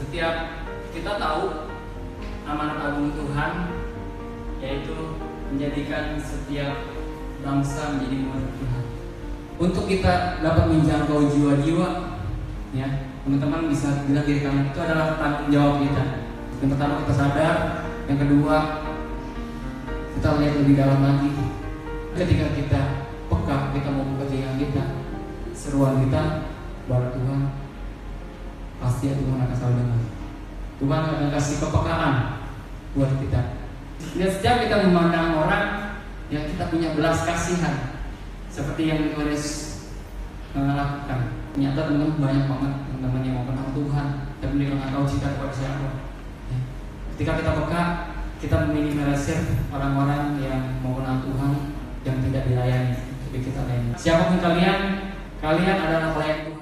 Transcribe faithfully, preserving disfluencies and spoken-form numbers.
Setiap kita tahu amanat agung Tuhan, yaitu menjadikan setiap bangsa menjadi murid Tuhan. Untuk kita dapat menjangkau jiwa-jiwa, ya, teman-teman bisa bilang diri kalian itu adalah tanggung jawab kita. Yang pertama kita sadar, yang kedua kita lihat lebih dalam lagi. Ketika kita peka, kita mau kepentingan kita, seruan kita bahwa Tuhan pasti Tuhan akan selalu dengar. Tuhan akan kasih kepekaan buat kita. Dan setiap kita memandang orang yang kita punya belas kasihan, seperti yang Yohanes lakukan. Ternyata teman-teman banyak banget teman-teman yang mau kenal Tuhan, tapi mereka nggak tahu cita kepada siapa. Ya. Ketika kita peka, kita meminimalisir orang-orang yang mau kenal Tuhan yang tidak dilayani, tapi kita layani. Siapapun kalian, kalian adalah pelayan Tuhan.